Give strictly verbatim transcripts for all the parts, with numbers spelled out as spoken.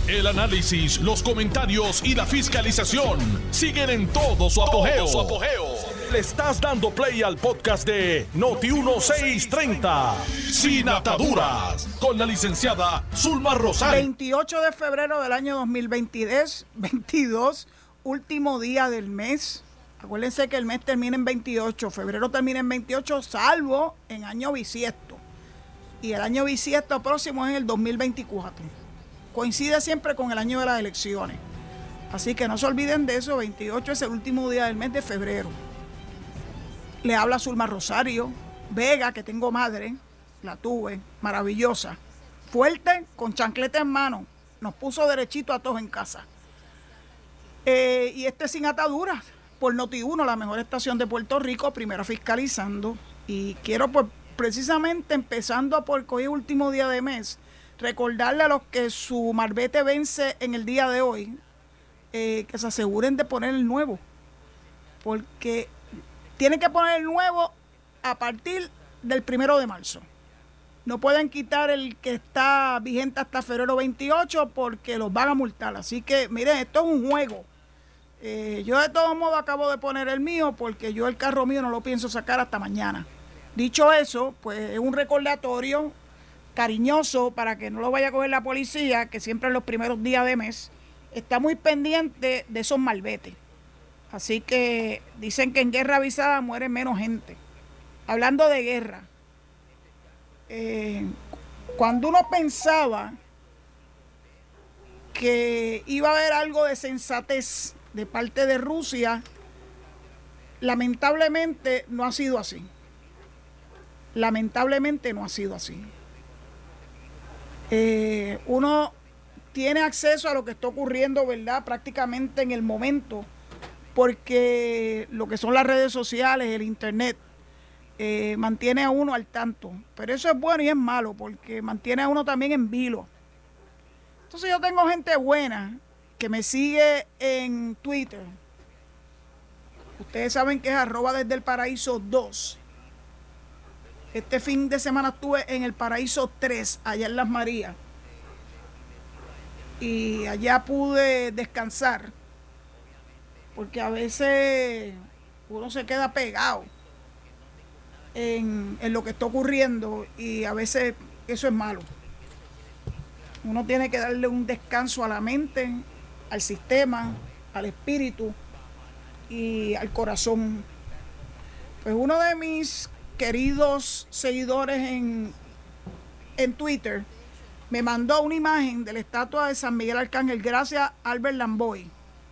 El análisis, los comentarios y la fiscalización siguen en todo su apogeo. Todo su apogeo. Le estás dando play al podcast de Noti dieciséis treinta, Sin Ataduras, con la licenciada Zulma Rosario. veintiocho de febrero del año dos mil veintidós, último día del mes. Acuérdense que el mes termina en veintiocho, febrero termina en veintiocho, salvo en año bisiesto. Y el año bisiesto próximo es el dos mil veinticuatro. Coincide siempre con el año de las elecciones. Así que no se olviden de eso, veintiocho es el último día del mes de febrero. Le habla Zulma Rosario, Vega, que tengo madre, la tuve, maravillosa, fuerte, con chancleta en mano, nos puso derechito a todos en casa. Eh, y este Sin Ataduras, por Noti uno, la mejor estación de Puerto Rico, primero fiscalizando. Y quiero, pues, precisamente empezando por hoy, último día de mes, recordarle a los que su marbete vence en el día de hoy, eh, que se aseguren de poner el nuevo, porque tienen que poner el nuevo a partir del primero de marzo. No pueden quitar el que está vigente hasta febrero veintiocho porque los van a multar. Así que, miren, esto es un juego. Eh, yo de todos modos acabo de poner el mío porque yo el carro mío no lo pienso sacar hasta mañana. Dicho eso, pues es un recordatorio cariñoso para que no lo vaya a coger la policía, que siempre en los primeros días de mes está muy pendiente de esos malbetes. Así que dicen que en guerra avisada muere menos gente. Hablando de guerra, eh, cuando uno pensaba que iba a haber algo de sensatez de parte de Rusia, lamentablemente no ha sido así. Lamentablemente no ha sido así. Eh, uno tiene acceso a lo que está ocurriendo, ¿verdad?, prácticamente en el momento, porque lo que son las redes sociales, el internet, eh, mantiene a uno al tanto. Pero eso es bueno y es malo, porque mantiene a uno también en vilo. Entonces yo tengo gente buena que me sigue en Twitter. Ustedes saben que es arroba desde el paraíso dos. Este fin de semana estuve en el Paraíso tres, allá en Las Marías. Y allá pude descansar. Porque a veces uno se queda pegado en, en lo que está ocurriendo. Y a veces eso es malo. Uno tiene que darle un descanso a la mente, al sistema, al espíritu y al corazón. Pues uno de mis queridos seguidores en, en Twitter me mandó una imagen de la estatua de San Miguel Arcángel, gracias a Albert Lamboy.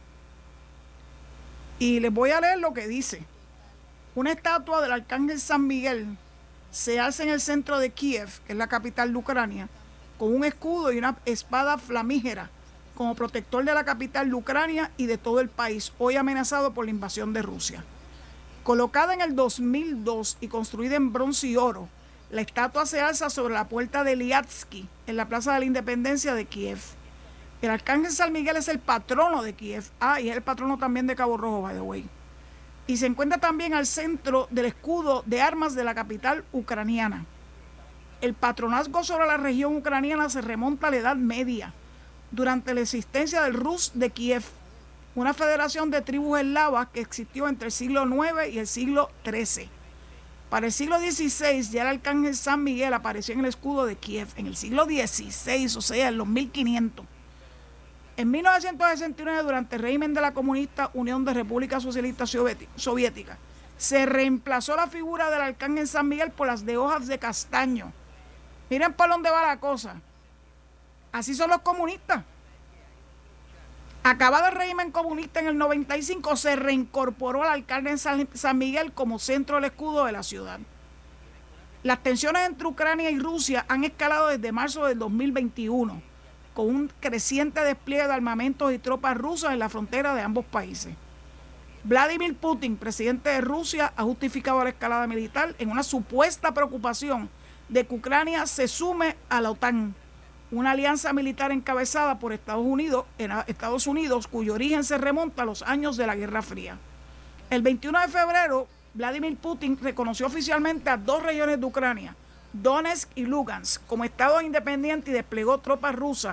Y les voy a leer lo que dice. Una estatua del Arcángel San Miguel se alza en el centro de Kiev, que es la capital de Ucrania, con un escudo y una espada flamígera como protector de la capital de Ucrania y de todo el país, hoy amenazado por la invasión de Rusia. Colocada en el dos mil dos y construida en bronce y oro, la estatua se alza sobre la puerta de Liatsky, en la Plaza de la Independencia de Kiev. El Arcángel San Miguel es el patrono de Kiev, ah, y es el patrono también de Cabo Rojo, by the way. Y se encuentra también al centro del escudo de armas de la capital ucraniana. El patronazgo sobre la región ucraniana se remonta a la Edad Media, durante la existencia del Rus de Kiev, una federación de tribus eslavas que existió entre el siglo nueve y el siglo trece. Para el siglo dieciséis ya el Arcángel San Miguel apareció en el escudo de Kiev, en el siglo dieciséis, o sea, en los mil quinientos. En mil novecientos sesenta y nueve, durante el régimen de la comunista Unión de Repúblicas Socialistas Soviéticas, se reemplazó la figura del Arcángel San Miguel por las de hojas de castaño. Miren por dónde va la cosa. Así son los comunistas. Acabado el régimen comunista en el noventa y cinco, se reincorporó al alcalde San, San Miguel como centro del escudo de la ciudad. Las tensiones entre Ucrania y Rusia han escalado desde marzo del dos mil veintiuno, con un creciente despliegue de armamentos y tropas rusas en la frontera de ambos países. Vladimir Putin, presidente de Rusia, ha justificado la escalada militar en una supuesta preocupación de que Ucrania se sume a la OTAN, una alianza militar encabezada por Estados Unidos, en Estados Unidos, cuyo origen se remonta a los años de la Guerra Fría. El veintiuno de febrero, Vladimir Putin reconoció oficialmente a dos regiones de Ucrania, Donetsk y Lugansk, como estados independientes y desplegó tropas rusas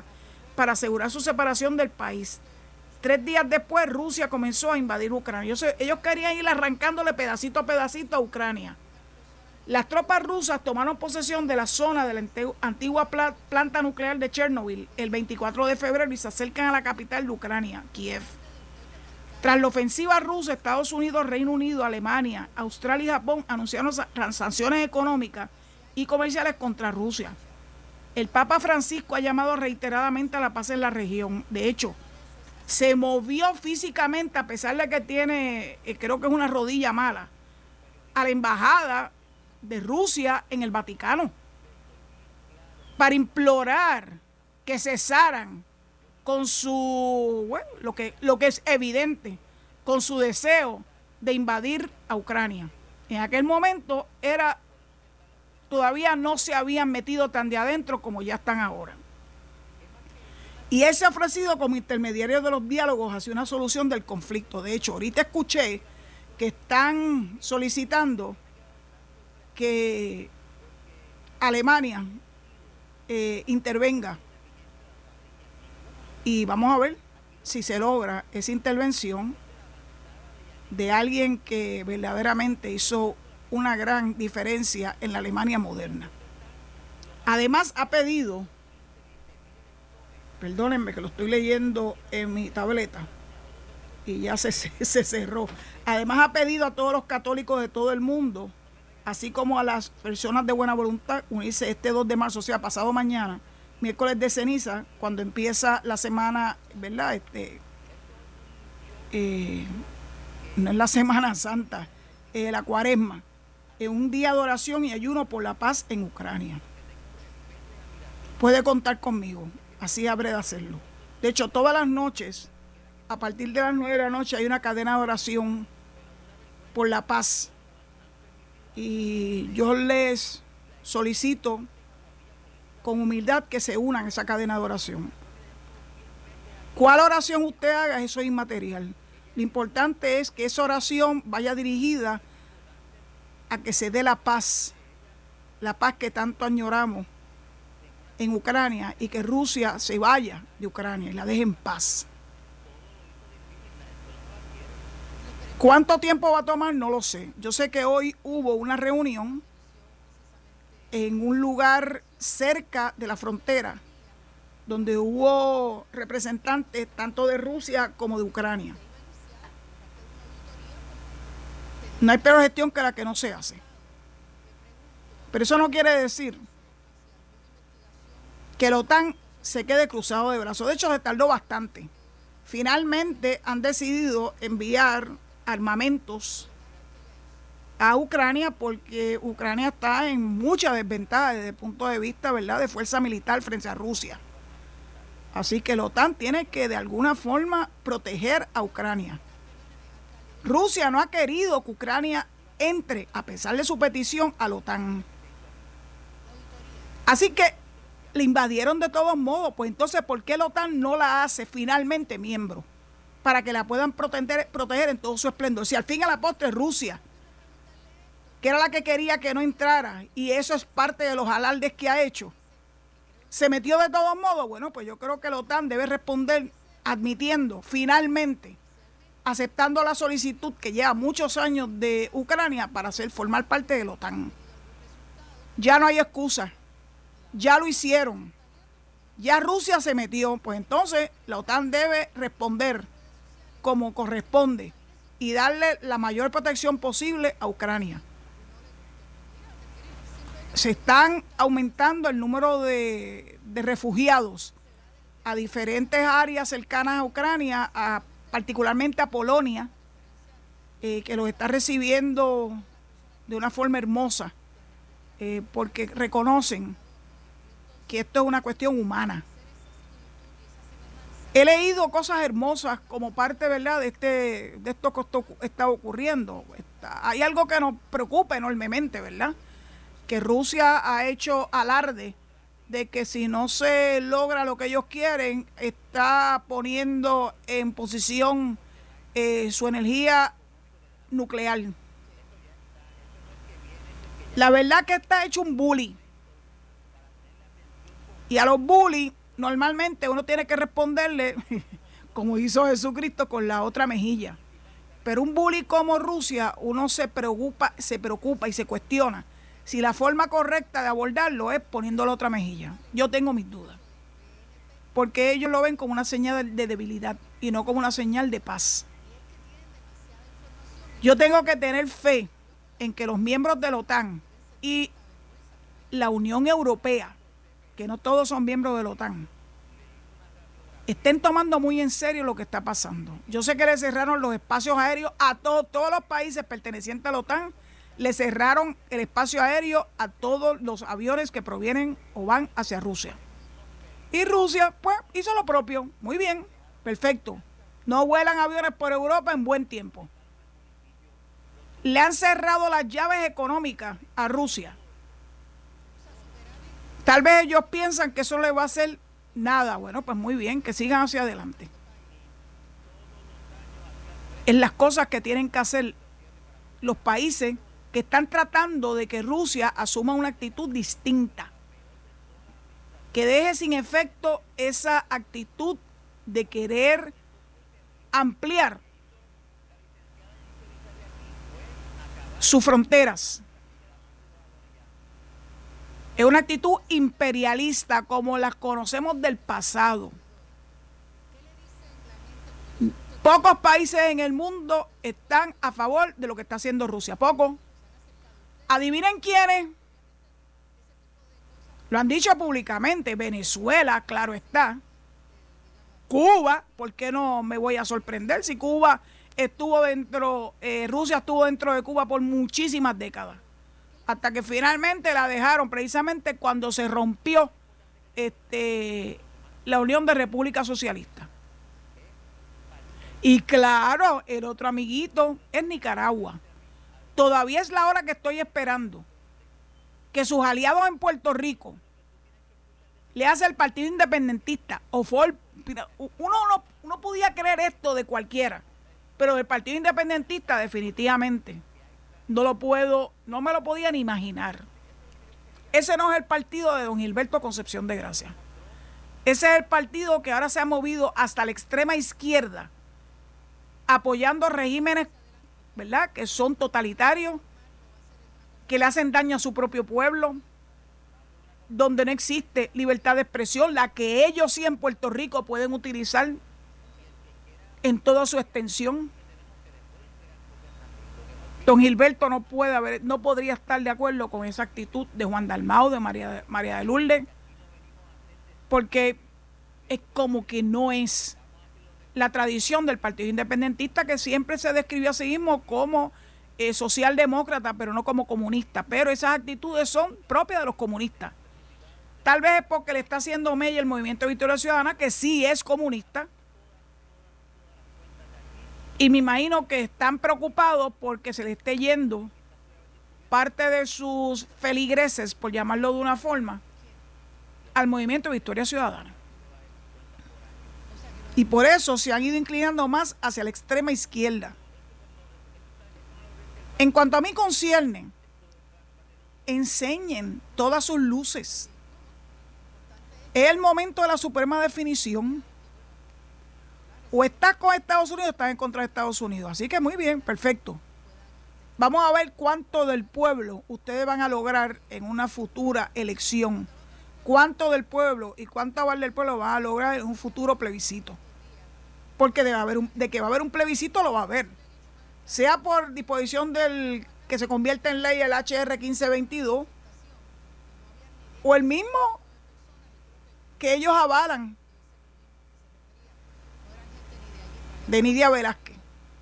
para asegurar su separación del país. Tres días después, Rusia comenzó a invadir Ucrania. Ellos, ellos querían ir arrancándole pedacito a pedacito a Ucrania. Las tropas rusas tomaron posesión de la zona de la antigua planta nuclear de Chernobyl el veinticuatro de febrero y se acercan a la capital de Ucrania, Kiev. Tras la ofensiva rusa, Estados Unidos, Reino Unido, Alemania, Australia y Japón anunciaron sanciones económicas y comerciales contra Rusia. El Papa Francisco ha llamado reiteradamente a la paz en la región. De hecho, se movió físicamente, a pesar de que tiene, eh, creo que es una rodilla mala, a la embajada de Rusia en el Vaticano para implorar que cesaran con su, bueno, lo que, lo que es evidente, con su deseo de invadir a Ucrania. En aquel momento era, todavía no se habían metido tan de adentro como ya están ahora. Y él se ha ofrecido como intermediario de los diálogos hacia una solución del conflicto. De hecho, ahorita escuché que están solicitando que Alemania eh, intervenga. Y vamos a ver si se logra esa intervención de alguien que verdaderamente hizo una gran diferencia en la Alemania moderna. Además ha pedido, perdónenme que lo estoy leyendo en mi tableta y ya se, se cerró. Además ha pedido a todos los católicos de todo el mundo, así como a las personas de buena voluntad, unirse este dos de marzo, o sea, pasado mañana, miércoles de ceniza, cuando empieza la semana, ¿verdad? Este, eh, no es la Semana Santa, eh, la Cuaresma, es un día de oración y ayuno por la paz en Ucrania. Puede contar conmigo, así habré de hacerlo. De hecho, todas las noches, a partir de las nueve de la noche, hay una cadena de oración por la paz. Y yo les solicito con humildad que se unan a esa cadena de oración. ¿Cuál oración usted haga? Eso es inmaterial. Lo importante es que esa oración vaya dirigida a que se dé la paz, la paz que tanto añoramos en Ucrania, y que Rusia se vaya de Ucrania y la deje en paz. ¿Cuánto tiempo va a tomar? No lo sé. Yo sé que hoy hubo una reunión en un lugar cerca de la frontera, donde hubo representantes tanto de Rusia como de Ucrania. No hay peor gestión que la que no se hace. Pero eso no quiere decir que la OTAN se quede cruzado de brazos. De hecho, se tardó bastante. Finalmente han decidido enviar armamentos a Ucrania porque Ucrania está en mucha desventaja desde el punto de vista, ¿verdad?, de fuerza militar frente a Rusia. Así que la OTAN tiene que de alguna forma proteger a Ucrania. Rusia no ha querido que Ucrania entre, a pesar de su petición, a la OTAN. Así que le invadieron de todos modos. Pues entonces, ¿por qué la OTAN no la hace finalmente miembro? Para que la puedan proteger, proteger en todo su esplendor. Si al fin y a la postre Rusia, que era la que quería que no entrara, y eso es parte de los alardes que ha hecho, se metió de todos modos, bueno, pues yo creo que la OTAN debe responder admitiendo finalmente, aceptando la solicitud que lleva muchos años de Ucrania para ser, formar parte de la OTAN. Ya no hay excusa, ya lo hicieron, ya Rusia se metió, pues entonces la OTAN debe responder como corresponde y darle la mayor protección posible a Ucrania. Se están aumentando el número de, de refugiados a diferentes áreas cercanas a Ucrania, a, particularmente a Polonia, eh, que los está recibiendo de una forma hermosa, eh, porque reconocen que esto es una cuestión humana. He leído cosas hermosas como parte, ¿verdad?, de este de esto que está ocurriendo. Está, hay algo que nos preocupa enormemente, ¿verdad?, que Rusia ha hecho alarde de que si no se logra lo que ellos quieren, está poniendo en posición eh, su energía nuclear. La verdad que está hecho un bully. Y a los bullies normalmente uno tiene que responderle, como hizo Jesucristo, con la otra mejilla. Pero un bully como Rusia, uno se preocupa, se preocupa y se cuestiona si la forma correcta de abordarlo es poniendo la otra mejilla. Yo tengo mis dudas. Porque ellos lo ven como una señal de debilidad y no como una señal de paz. Yo tengo que tener fe en que los miembros de la OTAN y la Unión Europea, que no todos son miembros de la OTAN, estén tomando muy en serio lo que está pasando. Yo sé que le cerraron los espacios aéreos a todos, todos los países pertenecientes a la OTAN, le cerraron el espacio aéreo a todos los aviones que provienen o van hacia Rusia. Y Rusia, pues, hizo lo propio. Muy bien, perfecto. No vuelan aviones por Europa en buen tiempo. Le han cerrado las llaves económicas a Rusia. Tal vez ellos piensan que eso no le va a hacer nada. Bueno, pues muy bien, que sigan hacia adelante. Es las cosas que tienen que hacer los países que están tratando de que Rusia asuma una actitud distinta, que deje sin efecto esa actitud de querer ampliar sus fronteras. Es una actitud imperialista como las conocemos del pasado. Pocos países en el mundo están a favor de lo que está haciendo Rusia. Pocos. Adivinen quiénes. Lo han dicho públicamente. Venezuela, claro está. Cuba, ¿por qué no me voy a sorprender si Cuba estuvo dentro, eh, Rusia estuvo dentro de Cuba por muchísimas décadas? Hasta que finalmente la dejaron, precisamente cuando se rompió este, la Unión de Repúblicas Socialistas. Y claro, el otro amiguito es Nicaragua. Todavía es la hora que estoy esperando que sus aliados en Puerto Rico le hace el Partido Independentista o fue el, uno, uno, uno podía creer esto de cualquiera, pero del Partido Independentista definitivamente no lo puedo, no me lo podía ni imaginar. Ese no es el partido de don Gilberto Concepción de Gracia. Ese es el partido que ahora se ha movido hasta la extrema izquierda, apoyando regímenes, ¿verdad?, que son totalitarios, que le hacen daño a su propio pueblo, donde no existe libertad de expresión, la que ellos sí en Puerto Rico pueden utilizar en toda su extensión. Don Gilberto no puede haber, no podría estar de acuerdo con esa actitud de Juan Dalmau, de María, María de Lourdes, porque es como que no es la tradición del Partido Independentista, que siempre se describió a sí mismo como eh, socialdemócrata, pero no como comunista. Pero esas actitudes son propias de los comunistas. Tal vez es porque le está haciendo mella el Movimiento Victoria Ciudadana, que sí es comunista. Y me imagino que están preocupados porque se le esté yendo parte de sus feligreses, por llamarlo de una forma, al Movimiento Victoria Ciudadana. Y por eso se han ido inclinando más hacia la extrema izquierda. En cuanto a mí concierne, enseñen todas sus luces. Es el momento de la suprema definición. O estás con Estados Unidos o estás en contra de Estados Unidos. Así que muy bien, perfecto. Vamos a ver cuánto del pueblo ustedes van a lograr en una futura elección. Cuánto del pueblo y cuánta aval del pueblo van a lograr en un futuro plebiscito. Porque de, haber un, de que va a haber un plebiscito, lo va a haber. Sea por disposición del que se convierte en ley el H R quince veintidós, o el mismo que ellos avalan, de Nidia Velázquez.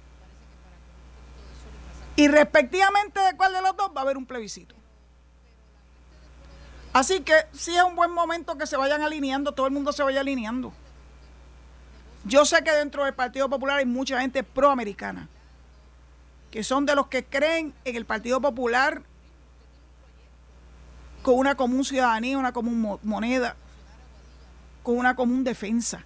Y respectivamente de cuál de los dos va a haber un plebiscito. Así que sí es un buen momento que se vayan alineando, todo el mundo se vaya alineando. Yo sé que dentro del Partido Popular hay mucha gente proamericana, que son de los que creen en el Partido Popular con una común ciudadanía, una común moneda, con una común defensa.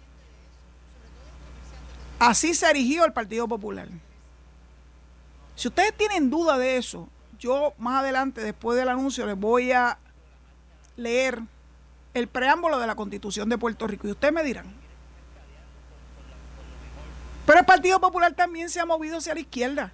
Así se erigió el Partido Popular. Si ustedes tienen duda de eso, yo más adelante, después del anuncio, les voy a leer el preámbulo de la Constitución de Puerto Rico. Y ustedes me dirán, pero el Partido Popular también se ha movido hacia la izquierda.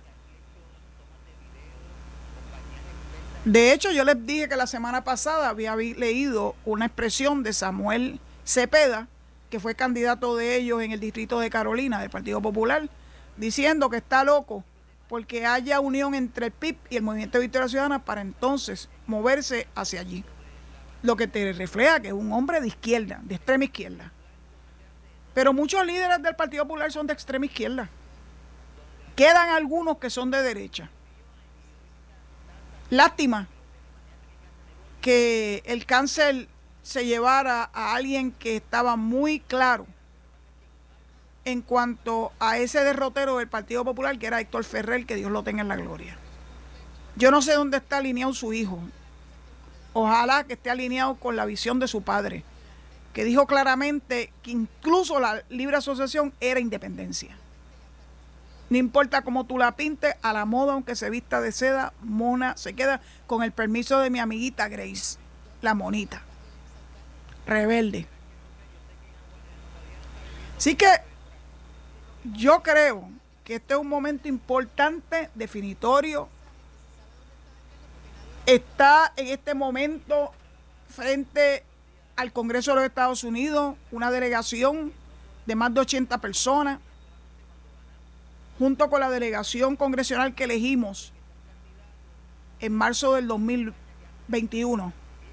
De hecho, yo les dije que la semana pasada había leído una expresión de Samuel Cepeda, que fue candidato de ellos en el distrito de Carolina, del Partido Popular, diciendo que está loco porque haya unión entre el P I B y el Movimiento de Victoria Ciudadana para entonces moverse hacia allí. Lo que te refleja que es un hombre de izquierda, de extrema izquierda. Pero muchos líderes del Partido Popular son de extrema izquierda. Quedan algunos que son de derecha. Lástima que el cáncer se llevara a alguien que estaba muy claro en cuanto a ese derrotero del Partido Popular, que era Héctor Ferrer, que Dios lo tenga en la gloria. Yo no sé dónde está alineado su hijo. Ojalá que esté alineado con la visión de su padre, que dijo claramente que incluso la libre asociación era independencia. No importa cómo tú la pintes, a la moda, aunque se vista de seda, mona, se queda, con el permiso de mi amiguita Grace, la monita. Rebelde. Así que yo creo que este es un momento importante, definitorio. Está en este momento frente al Congreso de los Estados Unidos una delegación de más de ochenta personas, junto con la delegación congresional que elegimos en marzo del dos mil veintiuno,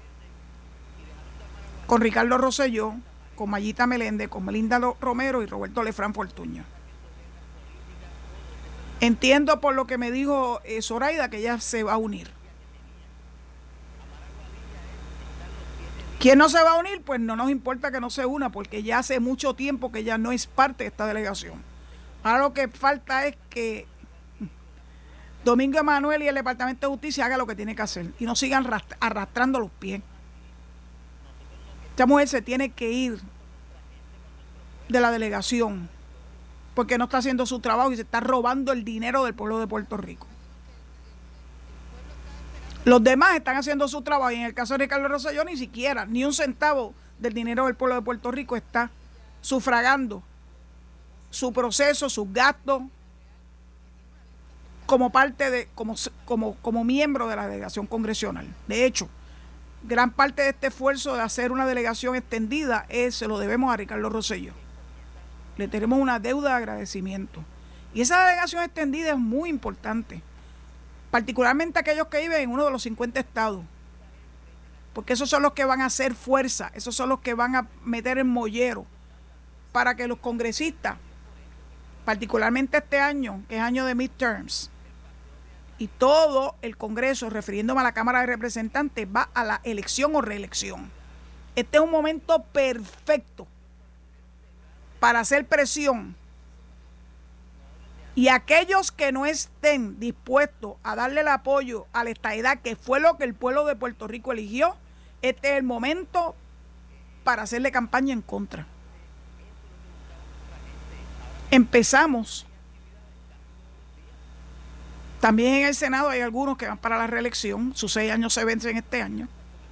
con Ricardo Rosselló, con Mayita Meléndez, con Melinda Romero y Roberto Lefranc Fortuño. Entiendo por lo que me dijo eh, Zoraida que ella se va a unir. ¿Quién no se va a unir? Pues no nos importa que no se una, porque ya hace mucho tiempo que ya no es parte de esta delegación. Ahora lo que falta es que Domingo Emanuel y el Departamento de Justicia hagan lo que tiene que hacer y no sigan arrastrando los pies. Esta mujer se tiene que ir de la delegación porque no está haciendo su trabajo y se está robando el dinero del pueblo de Puerto Rico. Los demás están haciendo su trabajo y en el caso de Ricardo Rosselló ni siquiera, ni un centavo del dinero del pueblo de Puerto Rico está sufragando su proceso, sus gastos, como parte de, como, como, como miembro de la delegación congresional. De hecho, gran parte de este esfuerzo de hacer una delegación extendida es, se lo debemos a Ricardo Rosselló. Le tenemos una deuda de agradecimiento. Y esa delegación extendida es muy importante, particularmente aquellos que viven en uno de los cincuenta estados, porque esos son los que van a hacer fuerza, esos son los que van a meter el mollero para que los congresistas, particularmente este año, que es año de midterms, y todo el Congreso, refiriéndome a la Cámara de Representantes, va a la elección o reelección. Este es un momento perfecto para hacer presión, y aquellos que no estén dispuestos a darle el apoyo a la estadidad, que fue lo que el pueblo de Puerto Rico eligió, este es el momento para hacerle campaña en contra. Empezamos. También en el Senado hay algunos que van para la reelección, sus seis años se vencen este año.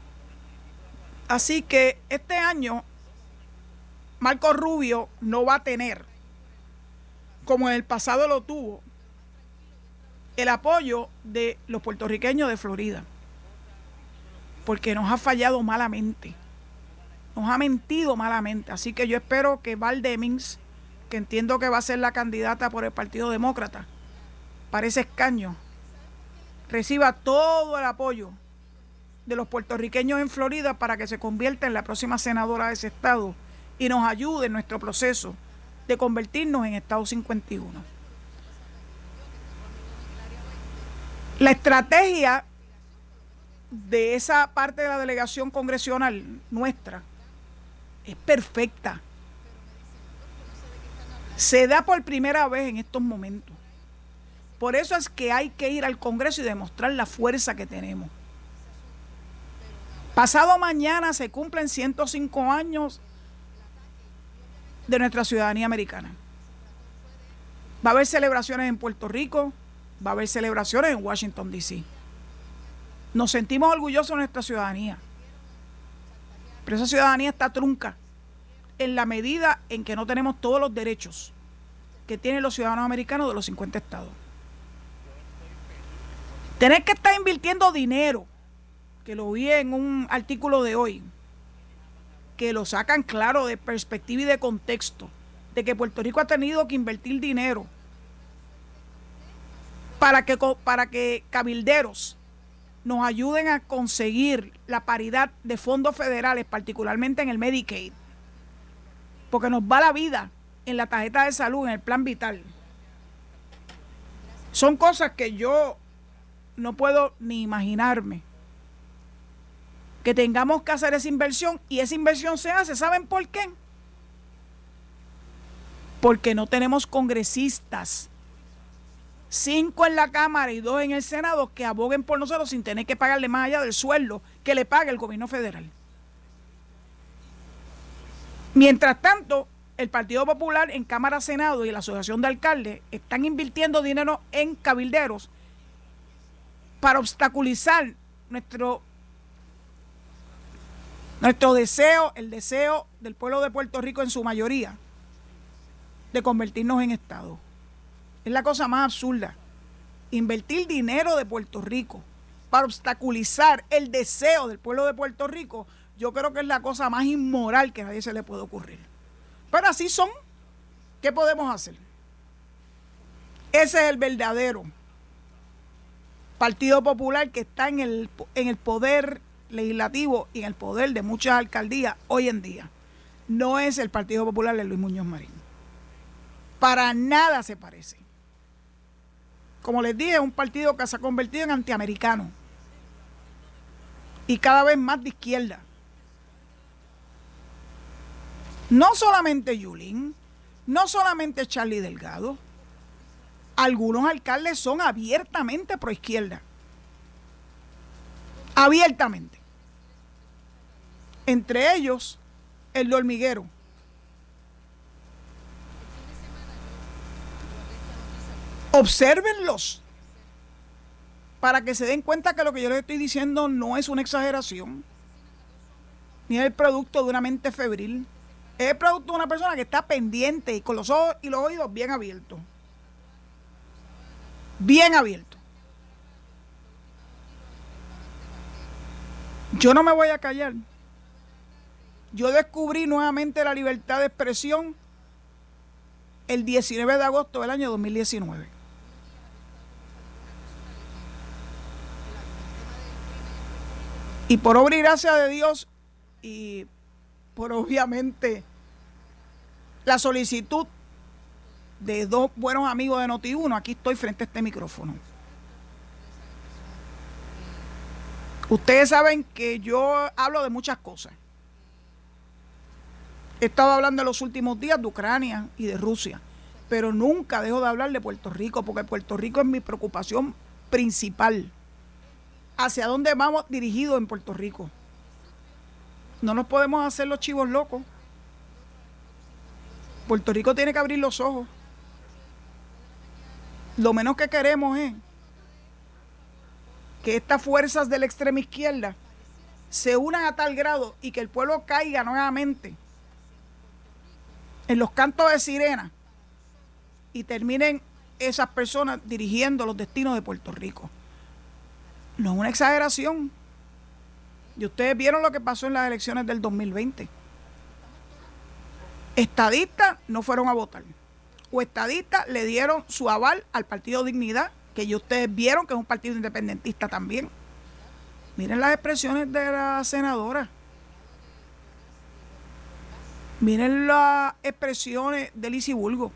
Así que este año Marco Rubio no va a tener, como en el pasado lo tuvo, el apoyo de los puertorriqueños de Florida, porque nos ha fallado malamente, nos ha mentido malamente. Así que yo espero que Val Demings, que entiendo que va a ser la candidata por el Partido Demócrata para ese escaño, reciba todo el apoyo de los puertorriqueños en Florida para que se convierta en la próxima senadora de ese estado y nos ayude en nuestro proceso de convertirnos en Estado cincuenta y uno. La estrategia de esa parte de la delegación congresional nuestra es perfecta. Se da por primera vez en estos momentos. Por eso es que hay que ir al Congreso y demostrar la fuerza que tenemos. Pasado mañana se cumplen ciento cinco años de nuestra ciudadanía americana. Va a haber celebraciones en Puerto Rico, va a haber celebraciones en Washington, D C Nos sentimos orgullosos de nuestra ciudadanía. Pero esa ciudadanía está trunca en la medida en que no tenemos todos los derechos que tienen los ciudadanos americanos de los cincuenta estados. Tener que estar invirtiendo dinero, que lo vi en un artículo de hoy, que lo sacan claro de perspectiva y de contexto, de que Puerto Rico ha tenido que invertir dinero para que, para que cabilderos nos ayuden a conseguir la paridad de fondos federales, particularmente en el Medicaid, porque nos va la vida en la tarjeta de salud, en el plan vital. Son cosas que yo no puedo ni imaginarme que tengamos que hacer esa inversión, y esa inversión se hace, ¿saben por qué? Porque no tenemos congresistas, cinco en la Cámara y dos en el Senado, que aboguen por nosotros sin tener que pagarle más allá del sueldo que le paga el gobierno federal. Mientras tanto, el Partido Popular en Cámara, Senado y la Asociación de Alcaldes están invirtiendo dinero en cabilderos para obstaculizar nuestro, nuestro deseo, el deseo del pueblo de Puerto Rico en su mayoría, de convertirnos en Estado. Es la cosa más absurda. Invertir dinero de Puerto Rico para obstaculizar el deseo del pueblo de Puerto Rico, yo creo que es la cosa más inmoral que a nadie se le puede ocurrir. Pero así son. ¿Qué podemos hacer? Ese es el verdadero Partido Popular que está en el, en el poder legislativo y en el poder de muchas alcaldías hoy en día. No es el Partido Popular de Luis Muñoz Marín. Para nada se parece. Como les dije, es un partido que se ha convertido en antiamericano y cada vez más de izquierda. No solamente Yulín, no solamente Charlie Delgado, algunos alcaldes son abiertamente proizquierda. Abiertamente. Entre ellos, el de Hormiguero. Obsérvenlos para que se den cuenta que lo que yo les estoy diciendo no es una exageración, ni es el producto de una mente febril. Es el producto de una persona que está pendiente y con los ojos y los oídos bien abiertos. Bien abiertos. Yo no me voy a callar. Yo descubrí nuevamente la libertad de expresión el diecinueve de agosto del año dos mil diecinueve. Y por obra y gracia de Dios y por obviamente la solicitud de dos buenos amigos de Noti uno, aquí estoy frente a este micrófono. Ustedes saben que yo hablo de muchas cosas. He estado hablando en los últimos días de Ucrania y de Rusia, pero nunca dejo de hablar de Puerto Rico, porque Puerto Rico es mi preocupación principal. ¿Hacia dónde vamos dirigidos en Puerto Rico? No nos podemos hacer los chivos locos. Puerto Rico tiene que abrir los ojos. Lo menos que queremos es que estas fuerzas de la extrema izquierda se unan a tal grado y que el pueblo caiga nuevamente en los cantos de sirena y terminen esas personas dirigiendo los destinos de Puerto Rico. No es una exageración. Y ustedes vieron lo que pasó en las elecciones del dos mil veinte. Estadistas no fueron a votar. O estadistas le dieron su aval al Partido Dignidad, que ya ustedes vieron que es un partido independentista también. Miren las expresiones de la senadora. Miren las expresiones de Lizy Bulgo.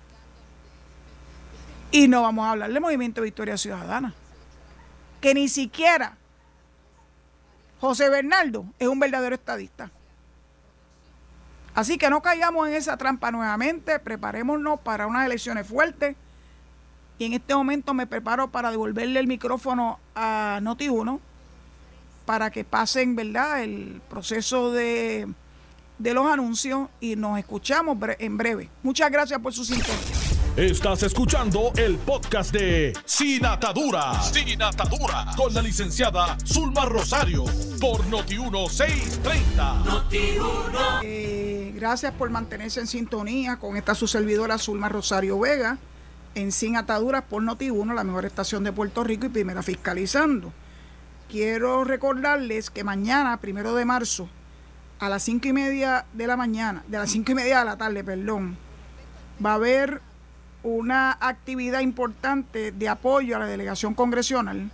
Y no vamos a hablar del Movimiento Victoria Ciudadana, que ni siquiera José Bernardo es un verdadero estadista. Así que no caigamos en esa trampa nuevamente, preparémonos para unas elecciones fuertes. Y en este momento me preparo para devolverle el micrófono a Noti uno para que pasen, ¿verdad?, el proceso de, de los anuncios y nos escuchamos bre- en breve. Muchas gracias por su sintonía. Estás escuchando el podcast de Sin Ataduras. Sin Ataduras. Con la licenciada Zulma Rosario. Por Noti uno seiscientos treinta. Noti uno. Eh, gracias por mantenerse en sintonía con esta su servidora Zulma Rosario Vega. En Sin Ataduras por Noti uno, la mejor estación de Puerto Rico y primera fiscalizando. Quiero recordarles que mañana, primero de marzo, a las cinco y media de la mañana, de las cinco y media de la tarde, perdón, va a haber una actividad importante de apoyo a la delegación congresional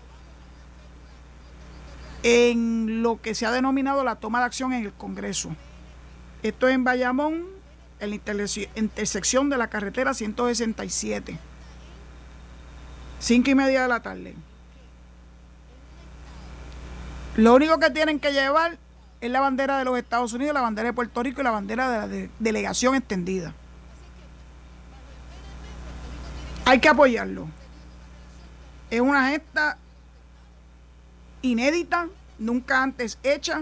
en lo que se ha denominado la toma de acción en el Congreso. Esto es en Bayamón, en la intersección de la carretera ciento sesenta y siete. Cinco y media de la tarde. Lo único que tienen que llevar es la bandera de los Estados Unidos, la bandera de Puerto Rico y la bandera de la de- delegación extendida. Hay que apoyarlo. Es una gesta inédita, nunca antes hecha,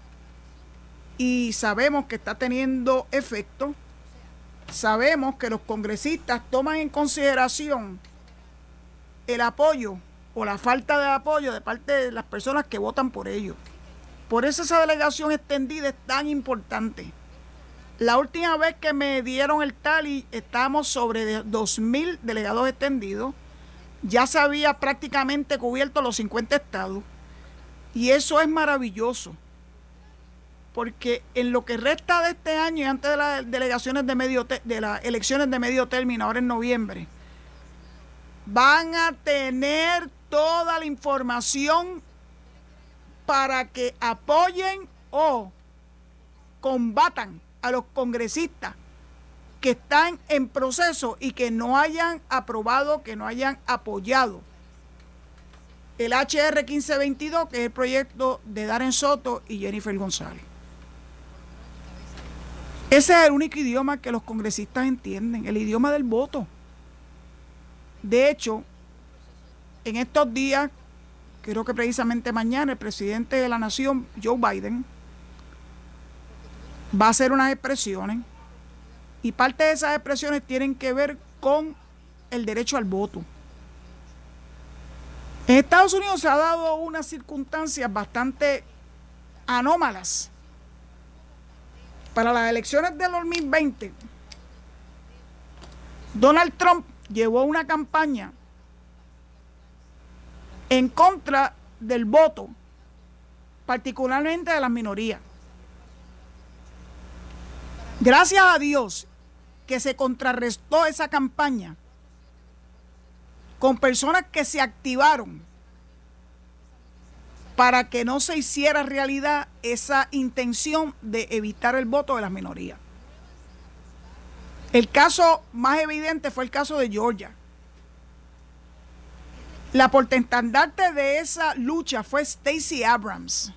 y sabemos que está teniendo efecto. Sabemos que los congresistas toman en consideración el apoyo o la falta de apoyo de parte de las personas que votan por ellos. Por eso esa delegación extendida es tan importante. La última vez que me dieron el tally, estábamos sobre dos mil delegados extendidos. Ya se había prácticamente cubierto los cincuenta estados. Y eso es maravilloso. Porque en lo que resta de este año y antes de las delegaciones de medio te- de las elecciones de medio término, ahora en noviembre, van a tener toda la información para que apoyen o combatan a los congresistas que están en proceso y que no hayan aprobado, que no hayan apoyado el H R quince veintidós, que es el proyecto de Darren Soto y Jennifer González. Ese es el único idioma que los congresistas entienden, el idioma del voto. De hecho, en estos días, creo que precisamente mañana, el presidente de la nación, Joe Biden, va a hacer unas expresiones, y parte de esas expresiones tienen que ver con el derecho al voto. En Estados Unidos se ha dado unas circunstancias bastante anómalas. Para las elecciones del dos mil veinte, Donald Trump llevó una campaña en contra del voto, particularmente de las minorías. Gracias a Dios que se contrarrestó esa campaña con personas que se activaron para que no se hiciera realidad esa intención de evitar el voto de las minorías. El caso más evidente fue el caso de Georgia. La portaestandarte de esa lucha fue Stacey Abrams.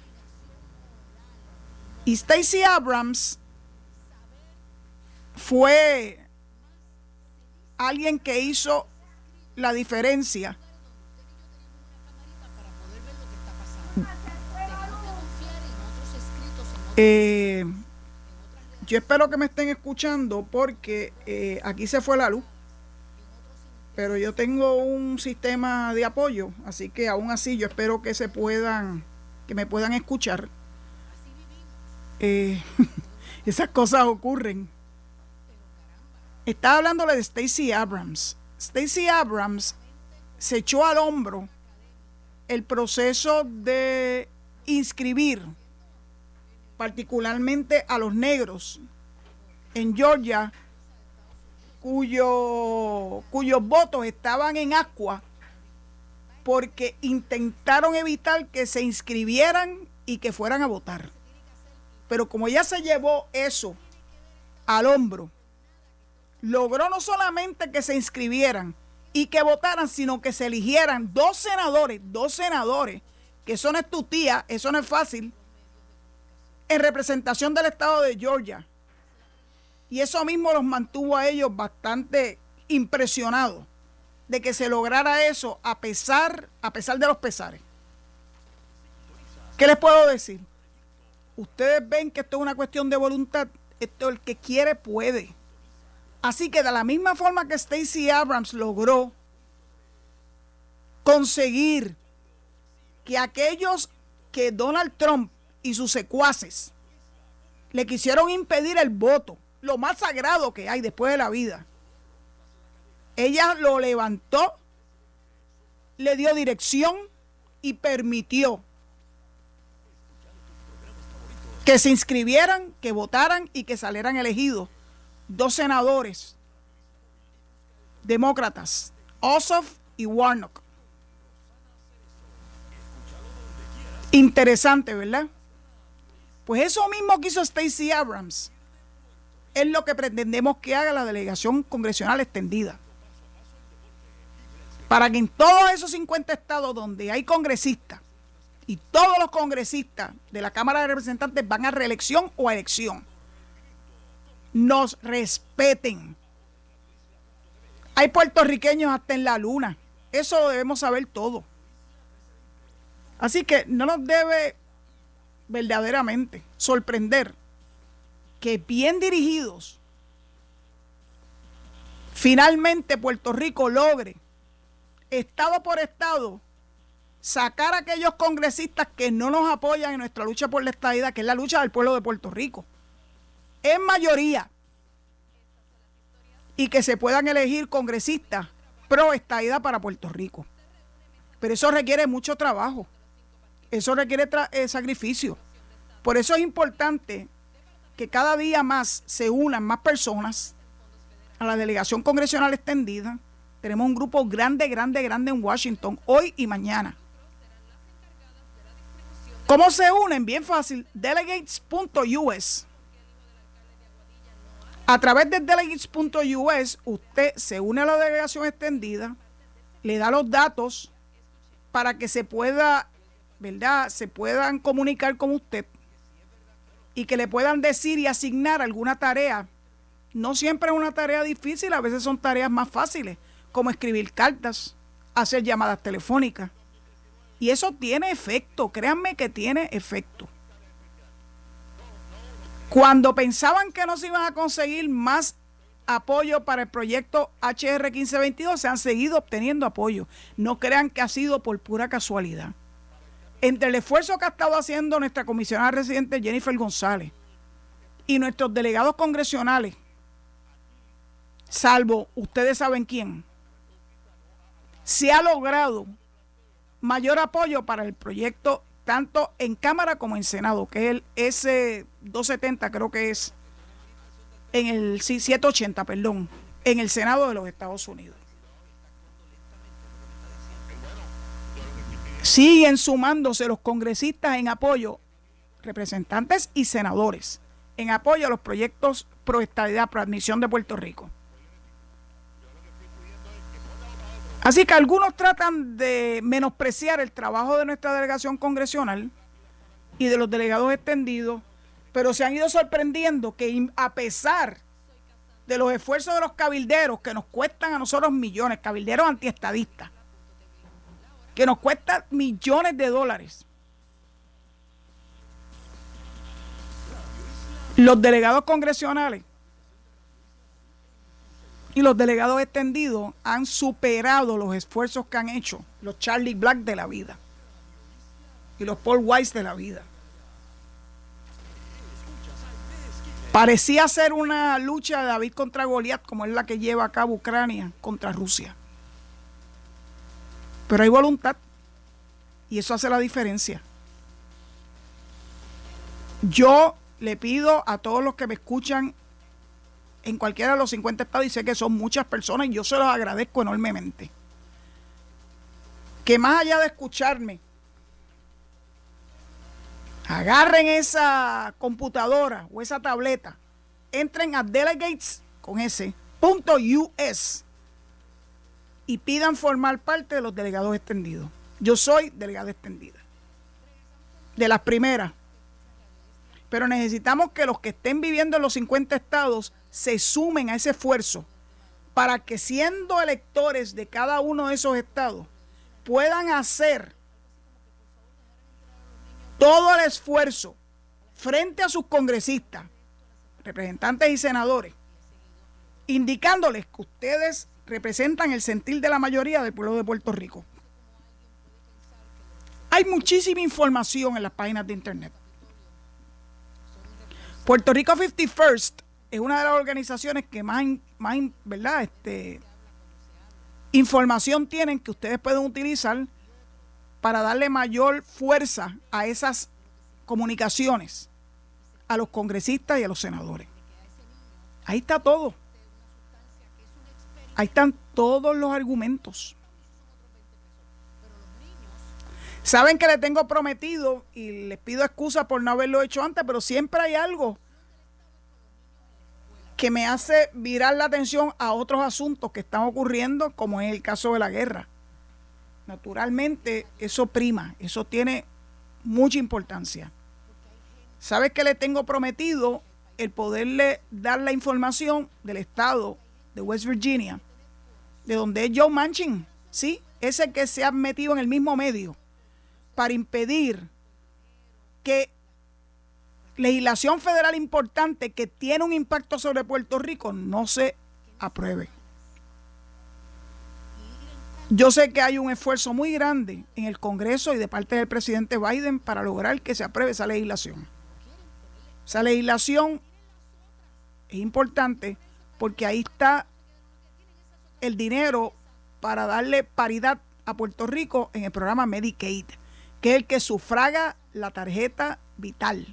Y Stacey Abrams fue alguien que hizo la diferencia Eh, yo espero que me estén escuchando porque eh, aquí se fue la luz, pero yo tengo un sistema de apoyo, así que aún así yo espero que se puedan, que me puedan escuchar. Eh, esas cosas ocurren. Estaba hablándole de Stacey Abrams. Stacey Abrams se echó al hombro el proceso de inscribir particularmente a los negros en Georgia, cuyo, cuyos votos estaban en ascuas porque intentaron evitar que se inscribieran y que fueran a votar. Pero como ya se llevó eso al hombro, logró no solamente que se inscribieran y que votaran, sino que se eligieran dos senadores, dos senadores, que eso no es tu tía, eso no es fácil, en representación del estado de Georgia. Y eso mismo los mantuvo a ellos bastante impresionados de que se lograra eso a pesar, a pesar de los pesares. ¿Qué les puedo decir? Ustedes ven que esto es una cuestión de voluntad. Esto, el que quiere puede. Así que de la misma forma que Stacey Abrams logró conseguir que aquellos que Donald Trump y sus secuaces le quisieron impedir el voto, lo más sagrado que hay después de la vida, ella lo levantó, le dio dirección y permitió que se inscribieran, que votaran y que salieran elegidos dos senadores demócratas, Ossoff y Warnock. Interesante, ¿verdad? Pues eso mismo que hizo Stacey Abrams es lo que pretendemos que haga la delegación congresional extendida. Para que en todos esos cincuenta estados donde hay congresistas, y todos los congresistas de la Cámara de Representantes van a reelección o a elección, nos respeten. Hay puertorriqueños hasta en la luna. Eso lo debemos saber todo. Así que no nos debe verdaderamente sorprender que bien dirigidos, finalmente Puerto Rico logre, estado por estado, sacar a aquellos congresistas que no nos apoyan en nuestra lucha por la estadidad, que es la lucha del pueblo de Puerto Rico, en mayoría, y que se puedan elegir congresistas pro estadidad para Puerto Rico. Pero eso requiere mucho trabajo, eso requiere tra- eh, sacrificio. Por eso es importante que cada día más se unan más personas a la delegación congresional extendida. Tenemos un grupo grande, grande, grande en Washington, hoy y mañana. ¿Cómo se unen? Bien fácil, delegates punto u s. A través de delegates punto u s, usted se une a la delegación extendida, le da los datos para que se pueda, ¿verdad? Se puedan comunicar con usted y que le puedan decir y asignar alguna tarea. No siempre es una tarea difícil, a veces son tareas más fáciles, como escribir cartas, hacer llamadas telefónicas. Y eso tiene efecto, créanme que tiene efecto. Cuando pensaban que no se iban a conseguir más apoyo para el proyecto H R quince veintidós, se han seguido obteniendo apoyo. No crean que ha sido por pura casualidad. Entre el esfuerzo que ha estado haciendo nuestra comisionada residente Jennifer González y nuestros delegados congresionales, salvo ustedes saben quién, se ha logrado mayor apoyo para el proyecto tanto en Cámara como en Senado, que es el S doscientos setenta, creo que es, en el sí, setecientos ochenta, perdón, en el Senado de los Estados Unidos. Siguen sumándose los congresistas en apoyo, representantes y senadores, en apoyo a los proyectos pro estadidad, pro admisión de Puerto Rico. Así que algunos tratan de menospreciar el trabajo de nuestra delegación congresional y de los delegados extendidos, pero se han ido sorprendiendo que a pesar de los esfuerzos de los cabilderos que nos cuestan a nosotros millones, cabilderos antiestadistas, que nos cuestan millones de dólares, los delegados congresionales y los delegados extendidos han superado los esfuerzos que han hecho los Charlie Black de la vida y los Paul Weiss de la vida. Parecía ser una lucha de David contra Goliat, como es la que lleva a cabo Ucrania contra Rusia. Pero hay voluntad y eso hace la diferencia. Yo le pido a todos los que me escuchan en cualquiera de los cincuenta estados, y sé que son muchas personas y yo se los agradezco enormemente, que más allá de escucharme, agarren esa computadora o esa tableta, entren a delegates con ese punto U S y pidan formar parte de los delegados extendidos. Yo soy delegada extendida, de las primeras, pero necesitamos que los que estén viviendo en los cincuenta estados se sumen a ese esfuerzo para que, siendo electores de cada uno de esos estados, puedan hacer todo el esfuerzo frente a sus congresistas, representantes y senadores, indicándoles que ustedes representan el sentir de la mayoría del pueblo de Puerto Rico. Hay muchísima información en las páginas de internet. Puerto Rico cincuenta y uno es una de las organizaciones que más, más ¿verdad? Este, información tienen que ustedes pueden utilizar para darle mayor fuerza a esas comunicaciones, a los congresistas y a los senadores. Ahí está todo. Ahí están todos los argumentos. Saben que les tengo prometido y les pido excusa por no haberlo hecho antes, pero siempre hay algo que me hace virar la atención a otros asuntos que están ocurriendo, como es el caso de la guerra. Naturalmente, eso prima, eso tiene mucha importancia. ¿Sabes que le tengo prometido? El poderle dar la información del estado de West Virginia, de donde es Joe Manchin, ¿sí? Ese que se ha metido en el mismo medio para impedir que legislación federal importante que tiene un impacto sobre Puerto Rico no se apruebe. Yo sé que hay un esfuerzo muy grande en el Congreso y de parte del presidente Biden para lograr que se apruebe esa legislación. Esa legislación es importante porque ahí está el dinero para darle paridad a Puerto Rico en el programa Medicaid, que es el que sufraga la tarjeta vital.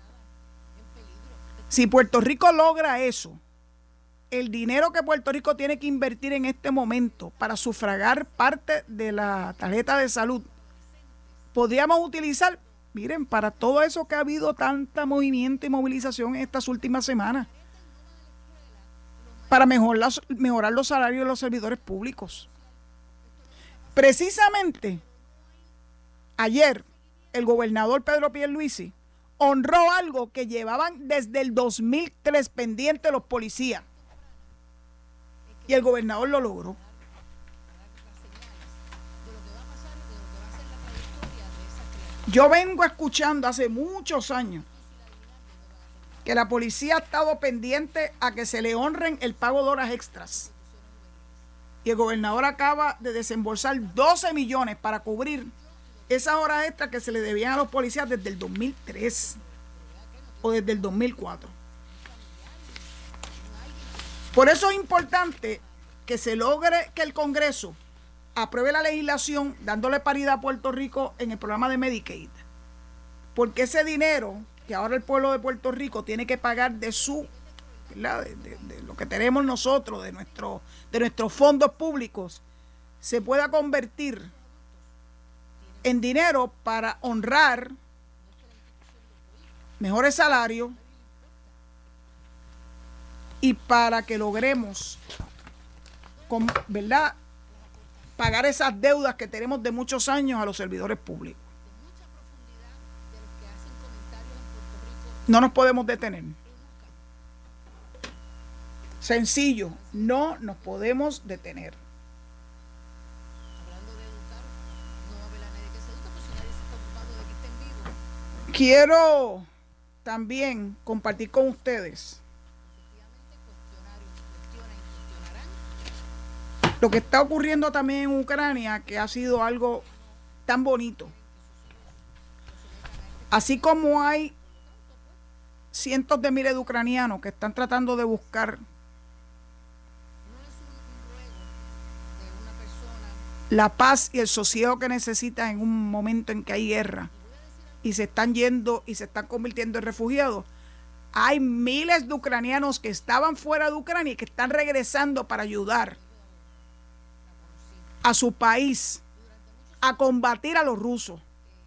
Si Puerto Rico logra eso, el dinero que Puerto Rico tiene que invertir en este momento para sufragar parte de la tarjeta de salud, podríamos utilizar, miren, para todo eso que ha habido tanta movimiento y movilización en estas últimas semanas, para mejorar, mejorar los salarios de los servidores públicos. Precisamente, ayer, el gobernador Pedro Pierluisi honró algo que llevaban desde el dos mil tres pendiente los policías. Y el gobernador lo logró. Yo vengo escuchando hace muchos años que la policía ha estado pendiente a que se le honren el pago de horas extras. Y el gobernador acaba de desembolsar doce millones para cubrir esas horas extras que se le debían a los policías desde el dos mil tres o desde el dos mil cuatro. Por eso es importante que se logre que el Congreso apruebe la legislación dándole paridad a Puerto Rico en el programa de Medicaid. Porque ese dinero que ahora el pueblo de Puerto Rico tiene que pagar de su, ¿verdad? De, de, de lo que tenemos nosotros, de, nuestro, de nuestros fondos públicos, se pueda convertir en dinero para honrar mejores salarios y para que logremos, con, ¿verdad?, pagar esas deudas que tenemos de muchos años a los servidores públicos. No nos podemos detener. Sencillo, no nos podemos detener. Quiero también compartir con ustedes lo que está ocurriendo también en Ucrania, que ha sido algo tan bonito. Así como hay cientos de miles de ucranianos que están tratando de buscar la paz y el sosiego que necesitan en un momento en que hay guerra y se están yendo y se están convirtiendo en refugiados, hay miles de ucranianos que estaban fuera de Ucrania y que están regresando para ayudar a su país a combatir a los rusos.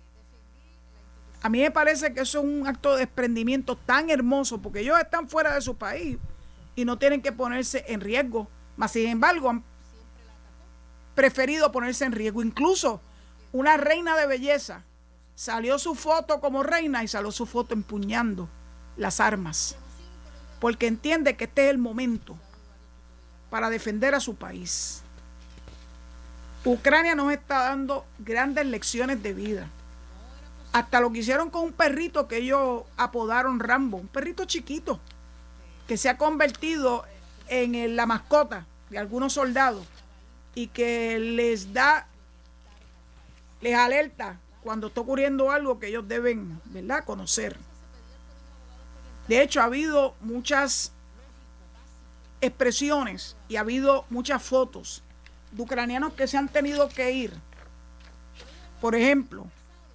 A mí me parece que eso es un acto de desprendimiento tan hermoso, porque ellos están fuera de su país y no tienen que ponerse en riesgo, mas sin embargo han preferido ponerse en riesgo. Incluso una reina de belleza salió su foto como reina y salió su foto empuñando las armas, porque entiende que este es el momento para defender a su país. Ucrania nos está dando grandes lecciones de vida. Hasta lo que hicieron con un perrito que ellos apodaron Rambo, un perrito chiquito que se ha convertido en el, la mascota de algunos soldados y que les da, les alerta cuando está ocurriendo algo que ellos deben, ¿verdad?, conocer. De hecho, ha habido muchas expresiones y ha habido muchas fotos de ucranianos que se han tenido que ir. Por ejemplo,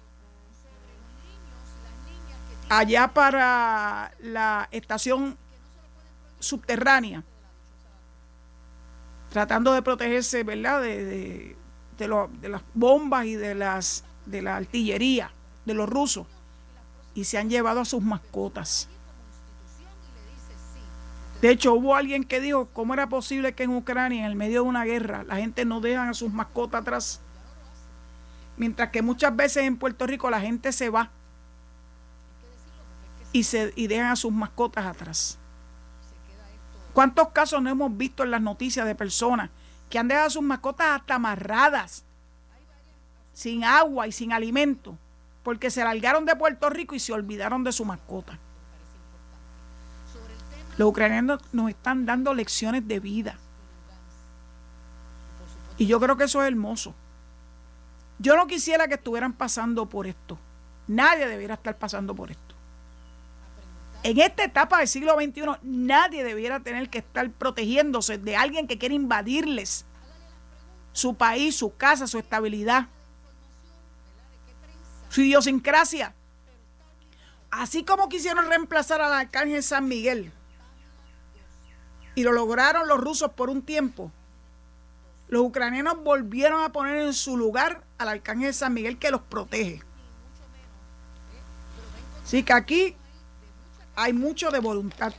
allá para la estación subterránea, tratando de protegerse, ¿verdad?, de, de, de, lo, de las bombas y de las de la artillería de los rusos, y se han llevado a sus mascotas. De hecho, hubo alguien que dijo cómo era posible que en Ucrania, en el medio de una guerra, la gente no deja a sus mascotas atrás, mientras que muchas veces en Puerto Rico la gente se va y, se, y dejan a sus mascotas atrás. ¿Cuántos casos no hemos visto en las noticias de personas que han dejado a sus mascotas hasta amarradas, sin agua y sin alimento, porque se largaron de Puerto Rico y se olvidaron de su mascota? Los ucranianos nos están dando lecciones de vida. Y yo creo que eso es hermoso. Yo no quisiera que estuvieran pasando por esto. Nadie debiera estar pasando por esto. En esta etapa del siglo veintiuno, nadie debiera tener que estar protegiéndose de alguien que quiere invadirles su país, su casa, su estabilidad, su idiosincrasia. Así como quisieron reemplazar al arcángel San Miguel, y lo lograron los rusos por un tiempo, los ucranianos volvieron a poner en su lugar al arcángel San Miguel, que los protege. Así que aquí hay mucho de voluntad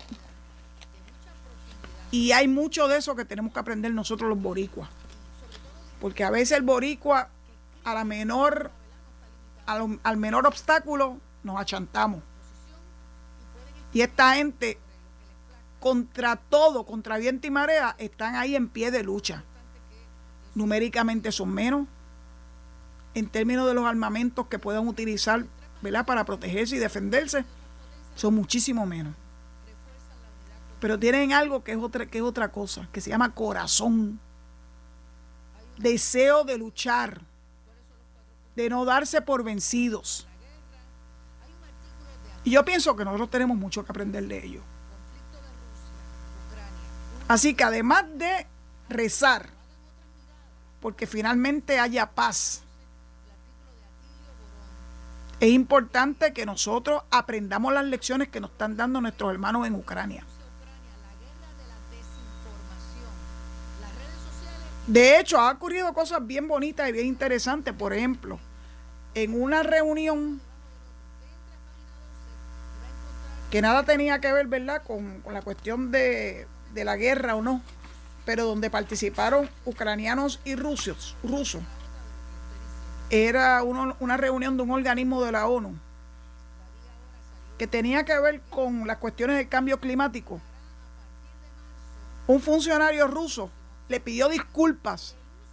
y hay mucho de eso que tenemos que aprender nosotros los boricuas, porque a veces el boricua a la menor al, al menor obstáculo nos achantamos, y esta gente, contra todo, contra viento y marea, están ahí en pie de lucha. Numéricamente son menos, en términos de los armamentos que puedan utilizar, ¿verdad?, para protegerse y defenderse, son muchísimo menos. Pero tienen algo que es otra, que es otra cosa, que se llama corazón, deseo de luchar, de no darse por vencidos. Y yo pienso que nosotros tenemos mucho que aprender de ellos. Así que además de rezar porque finalmente haya paz, es importante que nosotros aprendamos las lecciones que nos están dando nuestros hermanos en Ucrania. De hecho, ha ocurrido cosas bien bonitas y bien interesantes. Por ejemplo, en una reunión que nada tenía que ver, ¿verdad?, con, con la cuestión de, de la guerra o no, pero donde participaron ucranianos y rusos, rusos. Era uno, una reunión de un organismo de la ONU que tenía que ver con las cuestiones del cambio climático. Un funcionario ruso le pidió disculpas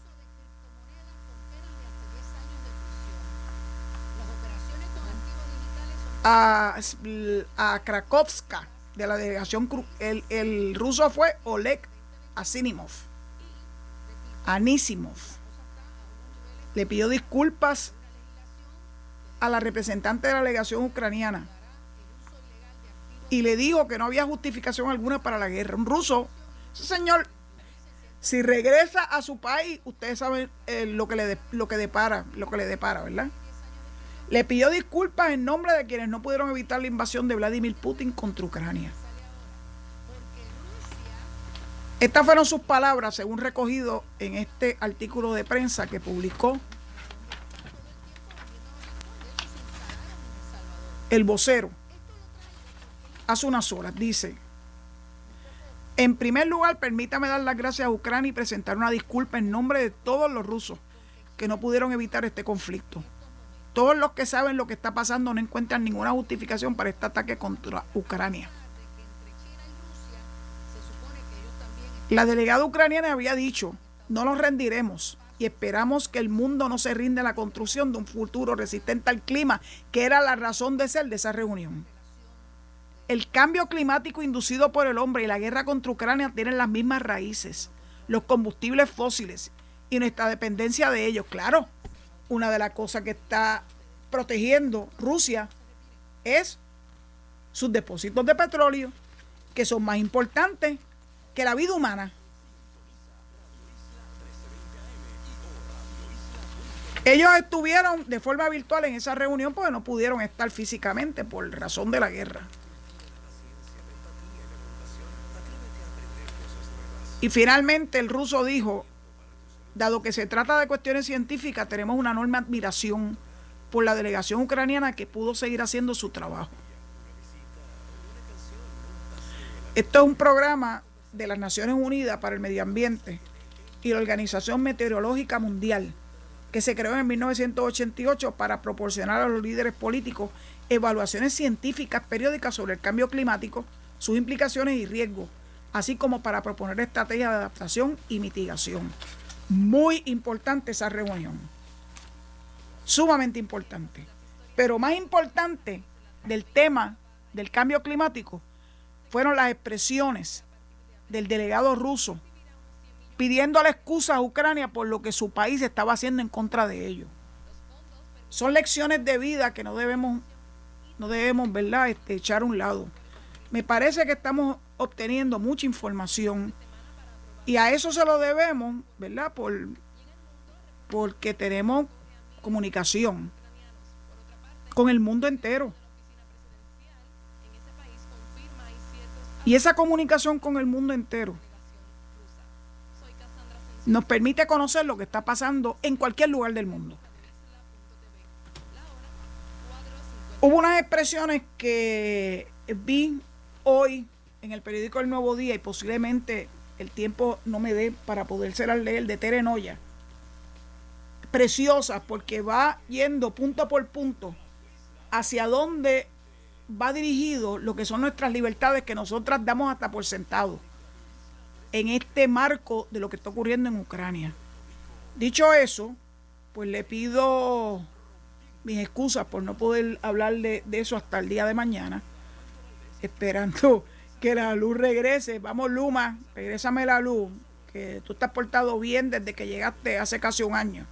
a, a Krakowska de la delegación. El, el ruso fue Oleg Asinimov, Anisimov. Le pidió disculpas a la representante de la delegación ucraniana y le dijo que no había justificación alguna para la guerra. Un ruso, ese señor, si regresa a su país, ustedes saben eh, lo que le de, lo que depara, lo que le depara, ¿verdad? Le pidió disculpas en nombre de quienes no pudieron evitar la invasión de Vladimir Putin contra Ucrania. Estas fueron sus palabras, según recogido en este artículo de prensa que publicó El Vocero hace unas horas. Dice: en primer lugar, permítame dar las gracias a Ucrania y presentar una disculpa en nombre de todos los rusos que no pudieron evitar este conflicto. Todos los que saben lo que está pasando no encuentran ninguna justificación para este ataque contra Ucrania. La delegada ucraniana había dicho: no nos rendiremos y esperamos que el mundo no se rinda en la construcción de un futuro resistente al clima, que era la razón de ser de esa reunión. El cambio climático inducido por el hombre y la guerra contra Ucrania tienen las mismas raíces, los combustibles fósiles y nuestra dependencia de ellos. Claro, una de las cosas que está protegiendo Rusia es sus depósitos de petróleo, que son más importantes que la vida humana. Ellos estuvieron de forma virtual en esa reunión porque no pudieron estar físicamente por razón de la guerra. Y finalmente el ruso dijo, dado que se trata de cuestiones científicas, tenemos una enorme admiración por la delegación ucraniana que pudo seguir haciendo su trabajo. Esto es un programa de las Naciones Unidas para el Medio Ambiente y la Organización Meteorológica Mundial, que se creó en mil novecientos ochenta y ocho para proporcionar a los líderes políticos evaluaciones científicas periódicas sobre el cambio climático, sus implicaciones y riesgos, así como para proponer estrategias de adaptación y mitigación. Muy importante esa reunión, sumamente importante. Pero más importante del tema del cambio climático fueron las expresiones del delegado ruso pidiéndole excusas a Ucrania por lo que su país estaba haciendo en contra de ellos. Son lecciones de vida que no debemos, no debemos, ¿verdad?, este, echar a un lado. Me parece que estamos obteniendo mucha información y a eso se lo debemos, ¿verdad?, por, porque tenemos comunicación con el mundo entero. Y esa comunicación con el mundo entero nos permite conocer lo que está pasando en cualquier lugar del mundo. Hubo unas expresiones que vi hoy en el periódico El Nuevo Día y posiblemente el tiempo no me dé para podérselas leer, de Tere Noya. Preciosas, porque va yendo punto por punto hacia dónde va dirigido lo que son nuestras libertades que nosotras damos hasta por sentado en este marco de lo que está ocurriendo en Ucrania. Dicho eso, pues le pido mis excusas por no poder hablar de, de eso hasta el día de mañana, esperando que la luz regrese. Vamos, Luma, regrésame la luz, que tú estás portado bien desde que llegaste hace casi un año.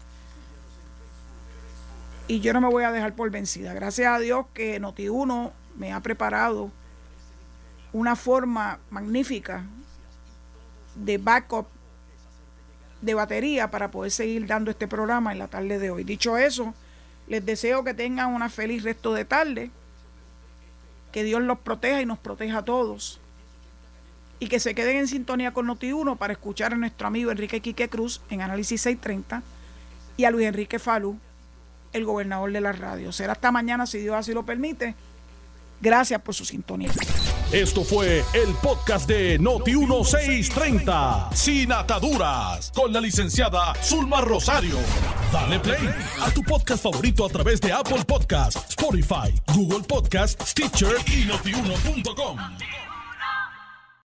Y yo no me voy a dejar por vencida. Gracias a Dios que Noti uno me ha preparado una forma magnífica de backup de batería para poder seguir dando este programa en la tarde de hoy. Dicho eso, les deseo que tengan una feliz resto de tarde, que Dios los proteja y nos proteja a todos, y que se queden en sintonía con Noti uno para escuchar a nuestro amigo Enrique Quique Cruz en Análisis seiscientos treinta y a Luis Enrique Falú, el gobernador de la radio. Será hasta mañana si Dios así lo permite. Gracias por su sintonía. Esto fue el podcast de Noti uno seiscientos treinta, Sin Ataduras, con la licenciada Zulma Rosario. Dale play a tu podcast favorito a través de Apple Podcasts, Spotify, Google Podcasts, Stitcher y noти uno punto com.